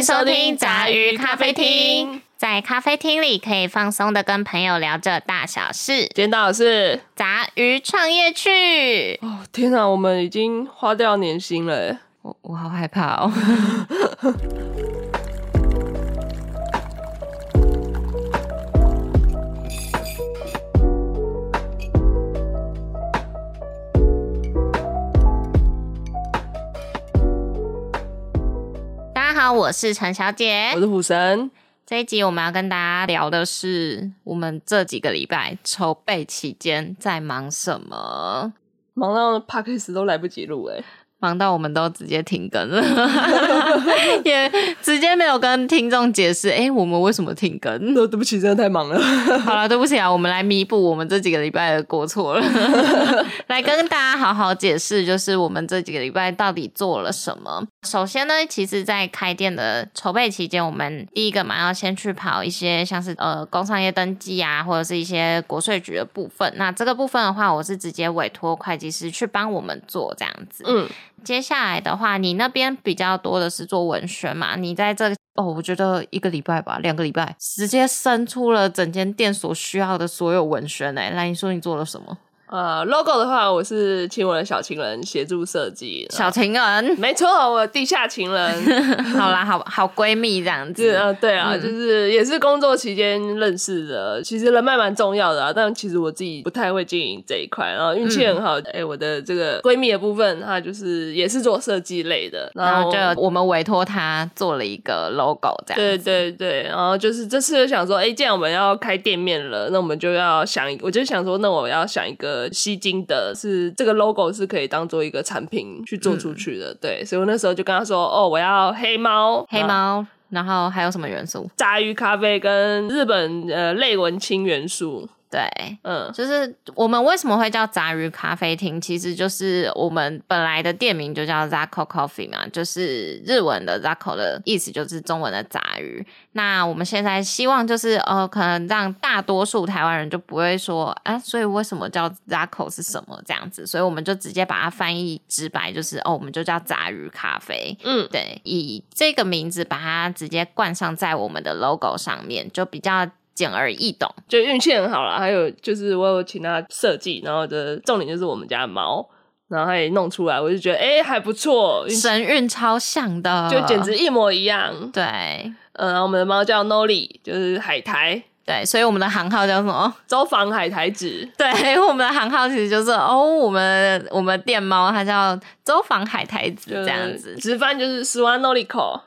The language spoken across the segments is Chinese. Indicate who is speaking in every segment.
Speaker 1: 迎收听杂鱼咖啡厅。在咖啡厅里可以放松的跟朋友聊着大小事。
Speaker 2: 今天到的是
Speaker 1: 杂鱼创业去。
Speaker 2: 哦，天哪，我们已经花掉年薪了耶。
Speaker 1: 我好害怕哦。大家好，我是陈小姐，
Speaker 2: 我是虎神。
Speaker 1: 这一集我们要跟大家聊的是我们这几个礼拜筹备期间在忙什么，
Speaker 2: 忙到 Podcast 都来不及录耶，
Speaker 1: 忙到我们都直接停更了。也直接没有跟听众解释我们为什么停更。
Speaker 2: 对不起，真的太忙了。
Speaker 1: 好了，对不起啊，我们来弥补我们这几个礼拜的过错了。来跟大家好好解释，就是我们这几个礼拜到底做了什么。首先呢，其实在开店的筹备期间，我们第一个嘛要先去跑一些像是工商业登记啊，或者是一些国税局的部分。那这个部分的话，我是直接委托会计师去帮我们做这样子。接下来的话，你那边比较多的是做文宣嘛？你在这我觉得1个礼拜吧，2个礼拜，直接生出了整间店所需要的所有文宣来，你说你做了什么
Speaker 2: ？logo 的话，我是请我的小情人协助设计。
Speaker 1: 小情人，
Speaker 2: 没错，我的地下情人。
Speaker 1: 好啦，好闺蜜这样子。
Speaker 2: 对啊，就是也是工作期间认识的。其实人脉蛮重要的啊，但其实我自己不太会经营这一块。然后运气很好，我的这个闺蜜的部分，她就是也是做设计类的。
Speaker 1: 然后就我们委托她做了一个 logo 这样子。
Speaker 2: 对，然后就是这次就想说，既然我们要开店面了，那我们就要想，我就想说，那我要想一个吸睛的，是这个 logo 是可以当做一个产品去做出去的。对，所以我那时候就跟他说，我要黑猫，
Speaker 1: 然后还有什么元素？
Speaker 2: 杂鱼咖啡跟日本类文青元素。
Speaker 1: 对，就是我们为什么会叫杂鱼咖啡厅，其实就是我们本来的店名就叫 Zacco Coffee 嘛，就是日文的 Zacco 的意思就是中文的杂鱼。那我们现在希望就是可能让大多数台湾人就不会说所以为什么叫 Zacco 是什么这样子，所以我们就直接把它翻译直白，就是我们就叫杂鱼咖啡。对，以这个名字把它直接冠上在我们的 logo 上面，就比较简而易懂，
Speaker 2: 就运气很好啦。还有就是我有请他设计，然后的重点就是我们家的猫，然后他也弄出来，我就觉得还不错，
Speaker 1: 神韵超像的，
Speaker 2: 就简直一模一样。
Speaker 1: 对，
Speaker 2: 然后我们的猫叫 Noli， 就是海苔。
Speaker 1: 对，所以我们的行号叫什么？
Speaker 2: 走访海苔子。
Speaker 1: 对，我们的行号其实就是我们店猫它叫走访海苔子这样子，
Speaker 2: 直翻就是 Swanolico。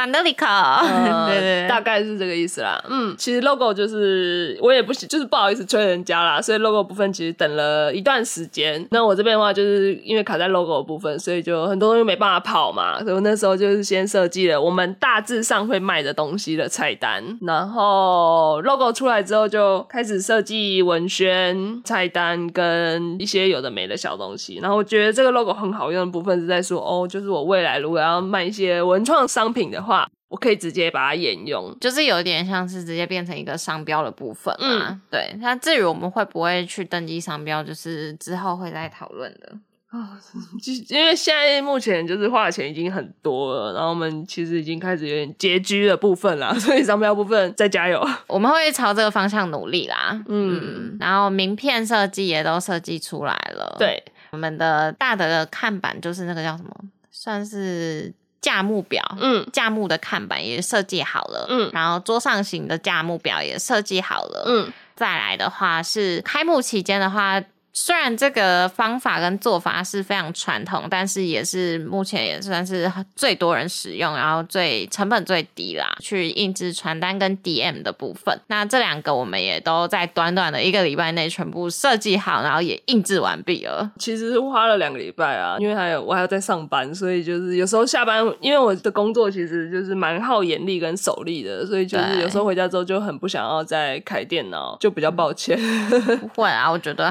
Speaker 1: 对，
Speaker 2: 大概是这个意思啦。其实 logo 就是我也就是不好意思催人家啦，所以 logo 部分其实等了一段时间。那我这边的话，就是因为卡在 logo 的部分，所以就很多东西没办法跑嘛，所以我那时候就是先设计了我们大致上会卖的东西的菜单，然后 logo 出来之后就开始设计文宣、菜单跟一些有的没的小东西。然后我觉得这个 logo 很好用的部分是在说就是我未来如果要卖一些文创商品的话，我可以直接把它沿用，
Speaker 1: 就是有点像是直接变成一个商标的部分嘛。对，那至于我们会不会去登记商标，就是之后会再讨论的。
Speaker 2: 因为现在目前就是花的钱已经很多了，然后我们其实已经开始有点拮据的部分啦，所以商标部分再加油，
Speaker 1: 我们会朝这个方向努力啦。然后名片设计也都设计出来了。
Speaker 2: 对，
Speaker 1: 我们的大的看板就是那个叫什么，算是价目表，价目的看板也设计好了，然后桌上型的价目表也设计好了，再来的话是开幕期间的话，虽然这个方法跟做法是非常传统，但是也是目前也算是最多人使用，然后成本最低啦，去印制传单跟 DM 的部分。那这2个我们也都在短短的1个礼拜内全部设计好，然后也印制完毕了。
Speaker 2: 其实花了2个礼拜啊，因为我还要在上班，所以就是有时候下班，因为我的工作其实就是蛮耗眼力跟手力的，所以就是有时候回家之后就很不想要再开电脑，就比较抱歉。
Speaker 1: 不会啊，我觉得还是辛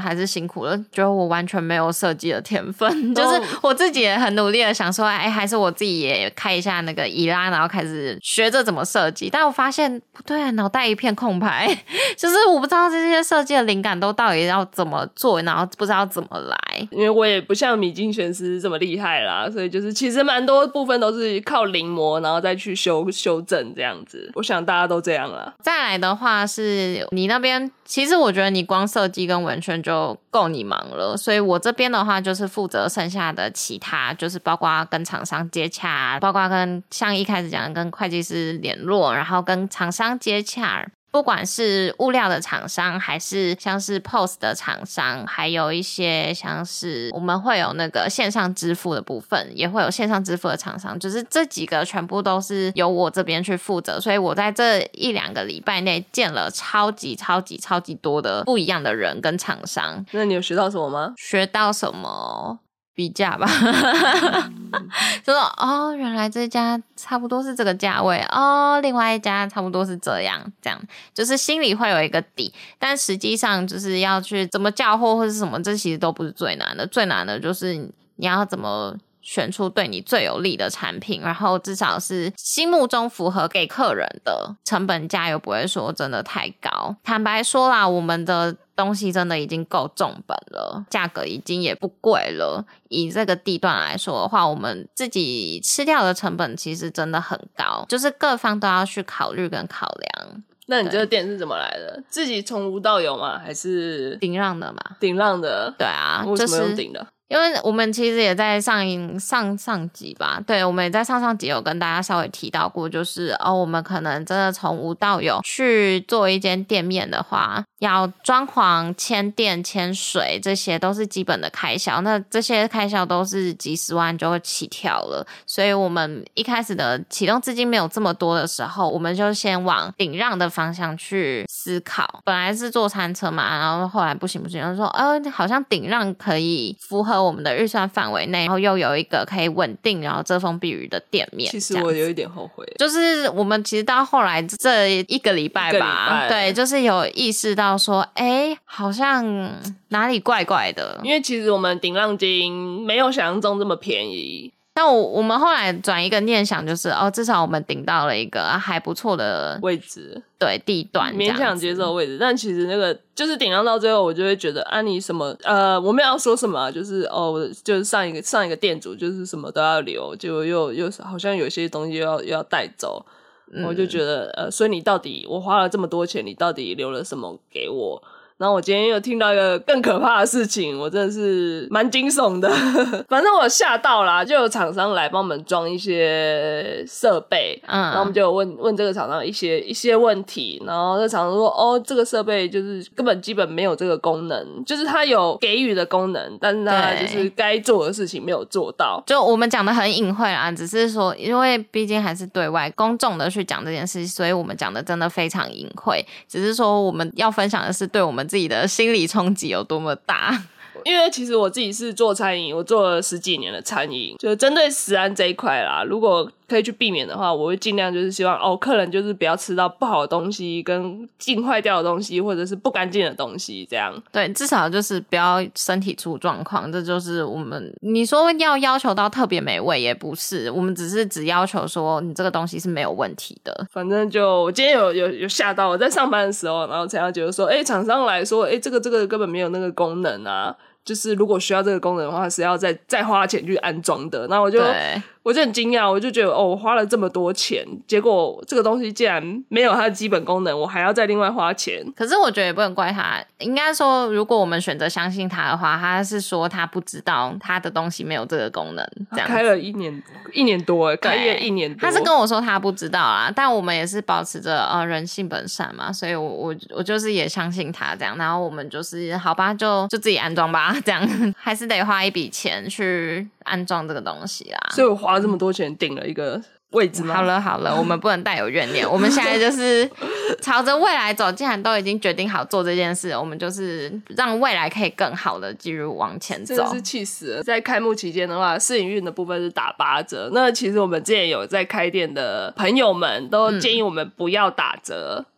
Speaker 1: 苦了，觉得我完全没有设计的天分，就是我自己也很努力的想说，还是我自己也开一下那个伊拉，然后开始学着怎么设计，但我发现不对啊，脑袋一片空白，就是我不知道这些设计的灵感都到底要怎么做，然后不知道怎么来。
Speaker 2: 因为我也不像米津玄师这么厉害啦，所以就是其实蛮多部分都是靠临摹，然后再去修正这样子。我想大家都这样啦。
Speaker 1: 再来的话是你那边，其实我觉得你光设计跟文宣就够你忙了，所以我这边的话就是负责剩下的其他，就是包括跟厂商接洽，包括跟像一开始讲的跟会计师联络，然后跟厂商接洽。不管是物料的厂商，还是像是 POS 的厂商，还有一些像是我们会有那个线上支付的部分，也会有线上支付的厂商，就是这几个全部都是由我这边去负责，所以我在这1-2个礼拜内见了超级多的不一样的人跟厂商。
Speaker 2: 那你有学到什么吗？
Speaker 1: 学到什么？比价吧就说原来这家差不多是这个价位另外一家差不多是这样就是心里会有一个底，但实际上就是要去怎么叫货或是什么，这其实都不是最难的，最难的就是你要怎么选出对你最有利的产品，然后至少是心目中符合给客人的，成本价又不会说真的太高。坦白说啦，我们的东西真的已经够重本了，价格已经也不贵了，以这个地段来说的话，我们自己吃掉的成本其实真的很高，就是各方都要去考虑跟考量。
Speaker 2: 那你这个店是怎么来的？自己从无到有吗？还是
Speaker 1: 顶让的嘛？
Speaker 2: 顶让的。
Speaker 1: 对啊，
Speaker 2: 为什么用顶的？
Speaker 1: 因为我们其实也在上集吧，对，我们也在上集有跟大家稍微提到过，就是我们可能真的从无到有去做一间店面的话，要装潢、迁店、迁水，这些都是基本的开销，那这些开销都是几十万就会起跳了，所以我们一开始的启动资金没有这么多的时候，我们就先往顶让的方向去思考。本来是做餐车嘛，然后后来不行，就说好像顶让可以符合我们的预算范围内，然后又有一个可以稳定然后遮风避雨的店面。
Speaker 2: 其实我有一点后悔，
Speaker 1: 就是我们其实到后来这一个礼拜吧，对，就是有意识到说好像哪里怪怪的，
Speaker 2: 因为其实我们顶让金没有想象中这么便宜。
Speaker 1: 但我们后来转一个念想，就是至少我们顶到了一个还不错的
Speaker 2: 位置，
Speaker 1: 对，地段
Speaker 2: 勉强接受的位置。但其实那个就是顶让到最后，我就会觉得你什么我们要说什么就是就是上一个店主就是什么都要留，结果又好像有些东西又要带走，我就觉得所以你到底我花了这么多钱，你到底留了什么给我？然后我今天又听到一个更可怕的事情，我真的是蛮惊悚的反正我吓到啦，就有厂商来帮我们装一些设备，然后我们就有问这个厂商一些问题，然后这厂商说这个设备就是根本基本没有这个功能，就是它有给予的功能，但是它就是该做的事情没有做到。
Speaker 1: 就我们讲的很隐晦啦，只是说因为毕竟还是对外公众的去讲这件事，所以我们讲的真的非常隐晦，只是说我们要分享的是对我们自己的心理冲击有多么大。
Speaker 2: 因为其实我自己是做餐饮，我做了10几年的餐饮，就针对食安这一块啦，如果可以去避免的话，我会尽量就是希望客人就是不要吃到不好的东西跟进坏掉的东西或者是不干净的东西这样。
Speaker 1: 对，至少就是不要身体出状况，这就是我们你说要求到特别美味也不是，我们只要求说你这个东西是没有问题的。
Speaker 2: 反正就我今天有吓到，我在上班的时候，然后陈小姐就说厂商来说这个根本没有那个功能啊，就是如果需要这个功能的话是要再花钱去安装的。那我就很惊讶，我就觉得我花了这么多钱，结果这个东西竟然没有它的基本功能，我还要再另外花钱。
Speaker 1: 可是我觉得也不能怪他，应该说如果我们选择相信他的话，他是说他不知道他的东西没有这个功能，这样
Speaker 2: 开了一年多，开业1年多，
Speaker 1: 他是跟我说他不知道啦，但我们也是保持着人性本善嘛，所以我就是也相信他这样，然后我们就是好吧，就自己安装吧，这样还是得花一笔钱去安装这个东西啦。
Speaker 2: 所以我花了这么多钱顶了一个位置吗？
Speaker 1: 好了，我们不能带有怨念我们现在就是朝着未来走，既然都已经决定好做这件事，我们就是让未来可以更好的继续往前走。
Speaker 2: 真的是气死了。在开幕期间的话，试营运的部分是打8折，那其实我们之前有在开店的朋友们都建议我们不要打折，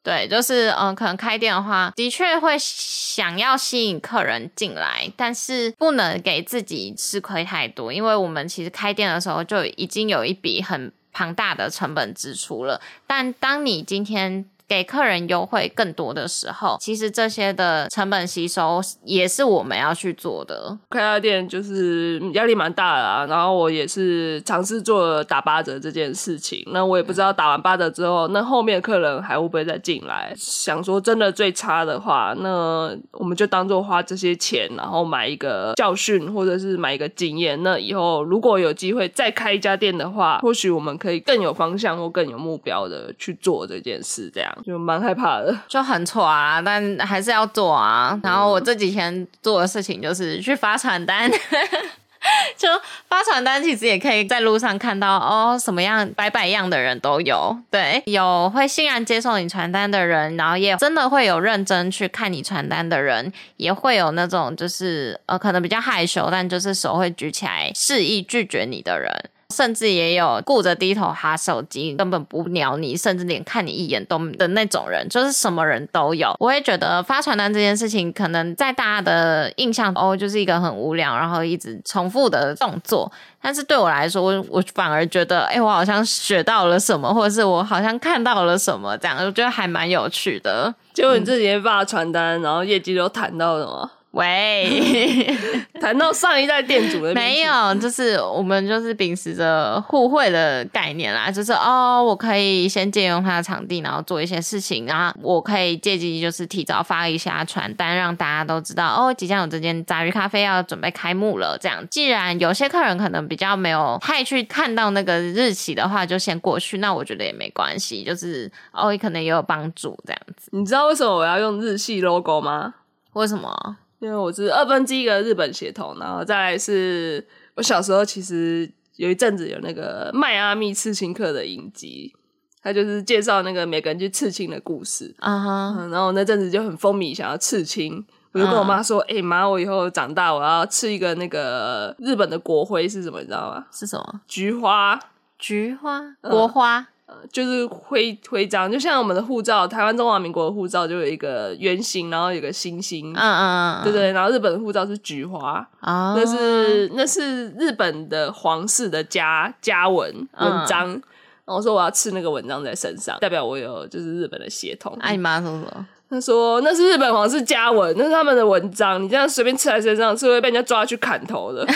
Speaker 1: 对，就是可能开店的话，的确会想要吸引客人进来，但是不能给自己吃亏太多，因为我们其实开店的时候就已经有一笔很庞大的成本支出了。但当你今天给客人优惠更多的时候，其实这些的成本吸收也是我们要去做的。
Speaker 2: 开家店就是压力蛮大的啦，然后我也是尝试做了打8折这件事情，那我也不知道打完8折之后，那后面客人还会不会再进来。想说真的最差的话，那我们就当做花这些钱，然后买一个教训或者是买一个经验，那以后如果有机会再开一家店的话，或许我们可以更有方向或更有目标的去做这件事，这样就蛮害怕的，
Speaker 1: 就很挫啊，但还是要做啊。然后我这几天做的事情就是去发传单就发传单其实也可以在路上看到什么样百样的人都有，对，有会欣然接受你传单的人，然后也真的会有认真去看你传单的人，也会有那种就是可能比较害羞但就是手会举起来示意拒绝你的人，甚至也有顾着低头哈手机根本不鸟你，甚至连看你一眼都的那种人，就是什么人都有。我也觉得发传单这件事情可能在大家的印象就是一个很无聊然后一直重复的动作，但是对我来说我反而觉得我好像学到了什么，或者是我好像看到了什么，这样我觉得还蛮有趣的。
Speaker 2: 结果你这几天发传单然后业绩都谈到了吗？
Speaker 1: 喂
Speaker 2: 谈到上一代店主的
Speaker 1: 没有，就是我们就是秉持着互惠的概念啦，就是我可以先借用他的场地然后做一些事情，然后我可以借机就是提早发一下传单让大家都知道即将有这间杂鱼咖啡要准备开幕了，这样既然有些客人可能比较没有太去看到那个日期的话就先过去，那我觉得也没关系，就是可能也有帮助这样子。
Speaker 2: 你知道为什么我要用日系 logo 吗？
Speaker 1: 为什么？
Speaker 2: 因为我是1/2个日本血统，然后再来是我小时候其实有一阵子有那个迈阿密刺青客的影集，他就是介绍那个每个人去刺青的故事然后我那阵子就很风靡想要刺青，我就跟我妈说妈，我以后长大我要刺一个那个日本的国徽是什么你知道吗？
Speaker 1: 是什么？
Speaker 2: 菊花
Speaker 1: 国花
Speaker 2: 就是徽章，就像我们的护照，台湾中华民国的护照就有一个圆形，然后有一个星星，对对，然后日本的护照是菊花，那是日本的皇室的家文章，然后我说我要刺那个文章在身上，代表我有就是日本的血统。
Speaker 1: 你妈说什么？
Speaker 2: 他说那是日本皇室家文，那是他们的文章，你这样随便刺在身上是会被人家抓去砍头的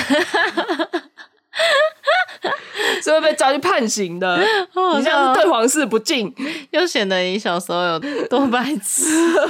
Speaker 2: 是会被抓去判刑的你这样是对皇室不敬，
Speaker 1: 又显得你小时候有多白痴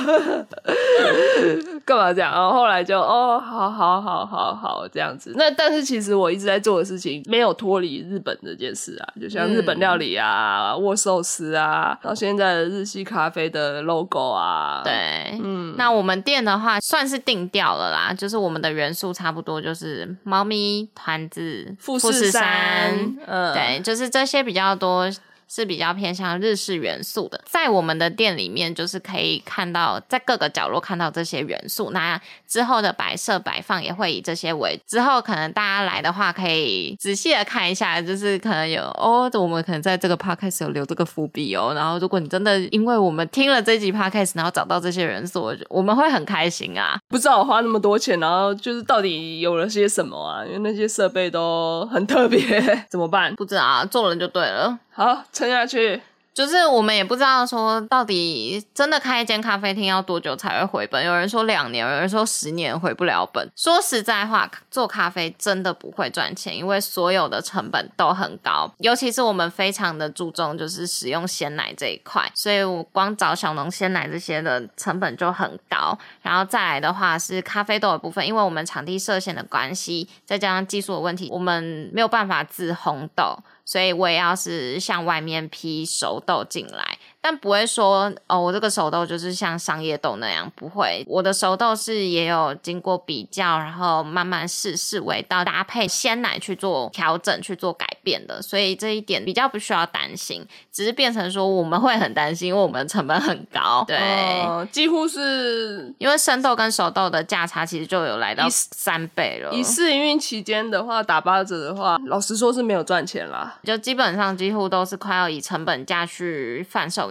Speaker 2: 干嘛这样？然后后来就好这样子。那但是其实我一直在做的事情没有脱离日本这件事啊，就像日本料理啊、握寿司啊，到现在的日系咖啡的 logo 啊。
Speaker 1: 对，那我们店的话算是定调了啦，就是我们的元素差不多就是猫咪、团子、
Speaker 2: 富士山，
Speaker 1: 对，就是这些比较多是比较偏向日式元素的，在我们的店里面就是可以看到在各个角落看到这些元素，那之后的摆设摆放也会以这些为之后可能大家来的话可以仔细的看一下，就是可能有我们可能在这个 podcast 有留这个伏笔然后如果你真的因为我们听了这集 podcast 然后找到这些元素，我们会很开心啊。
Speaker 2: 不知道我花那么多钱然后就是到底有了些什么啊，因为那些设备都很特别怎么办？
Speaker 1: 不知道，做人就对了。
Speaker 2: 好，撑下去。
Speaker 1: 就是我们也不知道说到底真的开一间咖啡厅要多久才会回本，有人说2年，有人说10年回不了本。说实在话，做咖啡真的不会赚钱，因为所有的成本都很高，尤其是我们非常的注重就是使用鲜奶这一块，所以我光找小农鲜奶这些的成本就很高。然后再来的话是咖啡豆的部分，因为我们场地设限的关系，再加上技术的问题，我们没有办法自烘豆，所以我也要是向外面批熟豆进来，但不会说我这个熟豆就是像商业豆那样，不会。我的熟豆是也有经过比较，然后慢慢试味道，搭配鲜奶去做调整去做改变的，所以这一点比较不需要担心，只是变成说我们会很担心，因为我们的成本很高。对，
Speaker 2: 几乎是
Speaker 1: 因为生豆跟熟豆的价差其实就有来到3倍了。
Speaker 2: 以试营运期间的话，打8折的话，老实说是没有赚钱啦，
Speaker 1: 就基本上几乎都是快要以成本价去贩售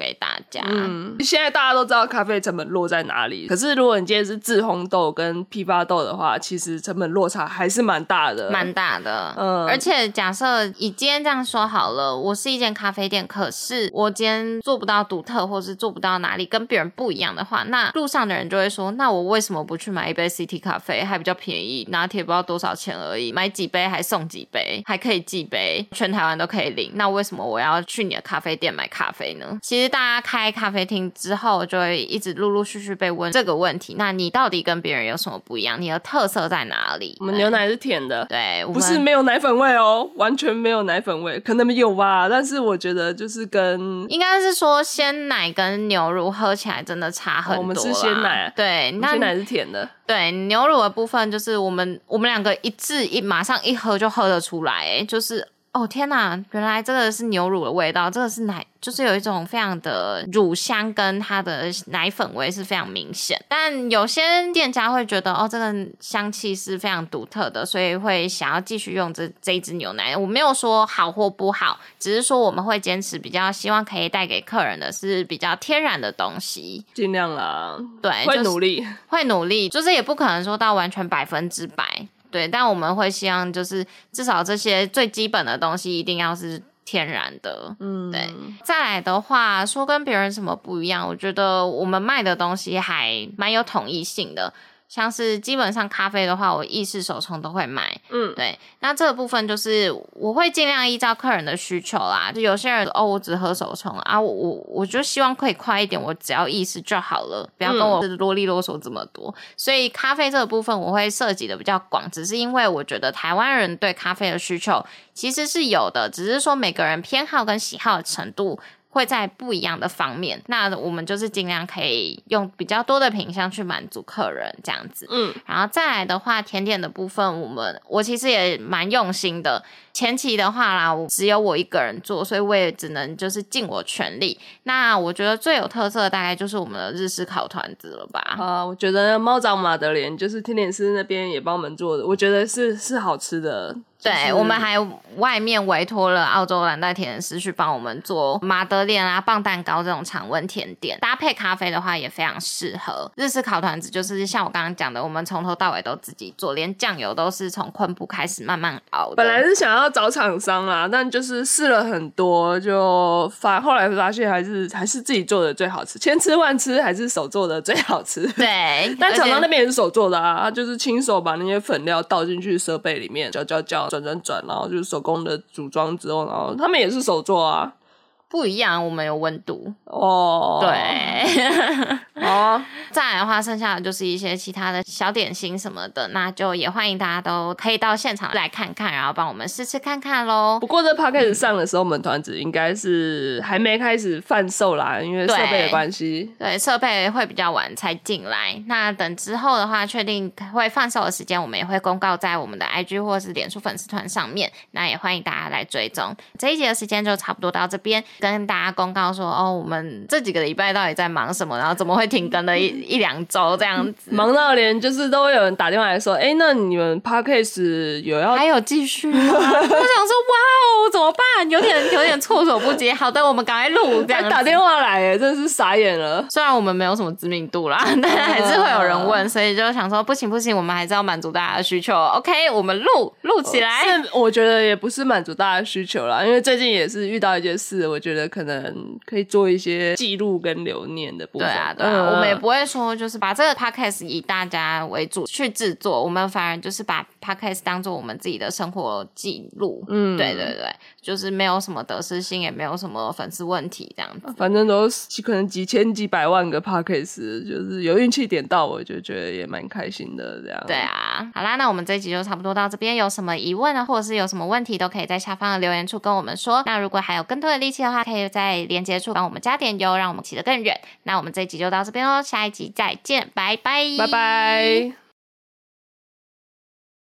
Speaker 1: 给大家。
Speaker 2: 现在大家都知道咖啡成本落在哪里，可是如果你今天是自烘豆跟批发豆的话，其实成本落差还是蛮大的，
Speaker 1: 蛮大的。而且假设以今天这样说好了，我是一间咖啡店，可是我今天做不到独特，或是做不到哪里跟别人不一样的话，那路上的人就会说，那我为什么不去买一杯 CT 咖啡，还比较便宜，拿铁不知道多少钱而已，买几杯还送几杯，还可以寄杯，全台湾都可以领，那为什么我要去你的咖啡店买咖啡呢？其实大家开咖啡厅之后，就会一直陆陆续续被问这个问题，那你到底跟别人有什么不一样？你的特色在哪里？
Speaker 2: 我们牛奶是甜的，
Speaker 1: 对，
Speaker 2: 不是没有奶粉味哦，完全没有奶粉味，可能有吧，但是我觉得就是
Speaker 1: 应该是说鲜奶跟牛乳喝起来真的差很多啦。
Speaker 2: 我们是鲜奶，
Speaker 1: 对，那
Speaker 2: 鲜奶是甜的。
Speaker 1: 对，牛乳的部分就是我们两个马上一喝就喝得出来，就是哦天哪，原来这个是牛乳的味道，这个是奶，就是有一种非常的乳香跟它的奶粉味是非常明显。但有些店家会觉得哦，这个香气是非常独特的，所以会想要继续用这一支牛奶。我没有说好或不好，只是说我们会坚持比较希望可以带给客人的是比较天然的东西，
Speaker 2: 尽量啦。
Speaker 1: 对，
Speaker 2: 会努力，
Speaker 1: 会努力，就是也不可能说到完全100%。对，但我们会希望就是至少这些最基本的东西一定要是天然的。对。再来的话，说跟别人什么不一样，我觉得我们卖的东西还蛮有统一性的。像是基本上咖啡的话，我意式手冲都会买。对，那这个部分就是我会尽量依照客人的需求啦。就有些人我只喝手冲啊，我就希望可以快一点，我只要意式就好了，不要跟我啰里啰嗦这么多。所以咖啡这个部分我会设计的比较广，只是因为我觉得台湾人对咖啡的需求其实是有的，只是说每个人偏好跟喜好的程度会在不一样的方面，那我们就是尽量可以用比较多的品项去满足客人这样子。然后再来的话，甜点的部分我其实也蛮用心的。前期的话啦，只有我一个人做，所以我也只能就是尽我全力。那我觉得最有特色的大概就是我们的日式烤团子了吧。
Speaker 2: 我觉得猫掌马德莲就是甜点师那边也帮我们做的，我觉得是好吃的。
Speaker 1: 对，我们还外面委托了澳洲蓝带甜点师去帮我们做马德莲啊、棒蛋糕这种常温甜点，搭配咖啡的话也非常适合。日式烤团子就是像我刚刚讲的，我们从头到尾都自己做，连酱油都是从昆布开始慢慢熬的。
Speaker 2: 本来是想要找厂商啦，但就是试了很多，就后来发现还是自己做的最好吃。千吃万吃还是手做的最好吃。
Speaker 1: 对，
Speaker 2: 但厂商那边也是手做的啊，他就是亲手把那些粉料倒进去设备里面，搅，转，然后就是手工的组装之后，然后他们也是手做啊。
Speaker 1: 不一样，我们有温度
Speaker 2: 哦。
Speaker 1: 对。再来的话，剩下的就是一些其他的小点心什么的，那就也欢迎大家都可以到现场来看看，然后帮我们试吃看看咯。
Speaker 2: 不过这 podcast 上的时候，我们团子应该是还没开始贩售啦，因为设备的关系。
Speaker 1: 对，设备会比较晚才进来。那等之后的话，确定会贩售的时间，我们也会公告在我们的 IG 或是脸书粉丝团上面。那也欢迎大家来追踪。这一集的时间就差不多到这边。跟大家公告说我们这几个礼拜到底在忙什么，然后怎么会停更了一两周这样子，
Speaker 2: 忙到连就是都会有人打电话来说，那你们 podcast
Speaker 1: 还有继续吗？我想说哇怎么办？有点措手不及。好的，我们赶快录这样子。
Speaker 2: 还打电话来真是傻眼了。
Speaker 1: 虽然我们没有什么知名度啦，但还是会有人问，所以就想说不行，我们还是要满足大家的需求。OK， 我们录起来。
Speaker 2: 我觉得也不是满足大家的需求啦，因为最近也是遇到一件事，我觉得可能可以做一些记录跟留念的部分。
Speaker 1: 对啊，我们也不会说就是把这个 podcast 以大家为主去制作，我们反而就是把 podcast 当做我们自己的生活记录。对，就是没有什么得失心，也没有什么粉丝问题这样子。
Speaker 2: 反正都可能几千几百万个 podcast， 就是有运气点到，我就觉得也蛮开心的这样。
Speaker 1: 对啊，好啦，那我们这一集就差不多到这边。有什么疑问呢，或者是有什么问题，都可以在下方的留言处跟我们说。那如果还有更多的力气的话，可以在连结处帮我们加点油，让我们骑得更远。那我们这一集就到这边咯，下一集再见，拜拜，
Speaker 2: 拜拜。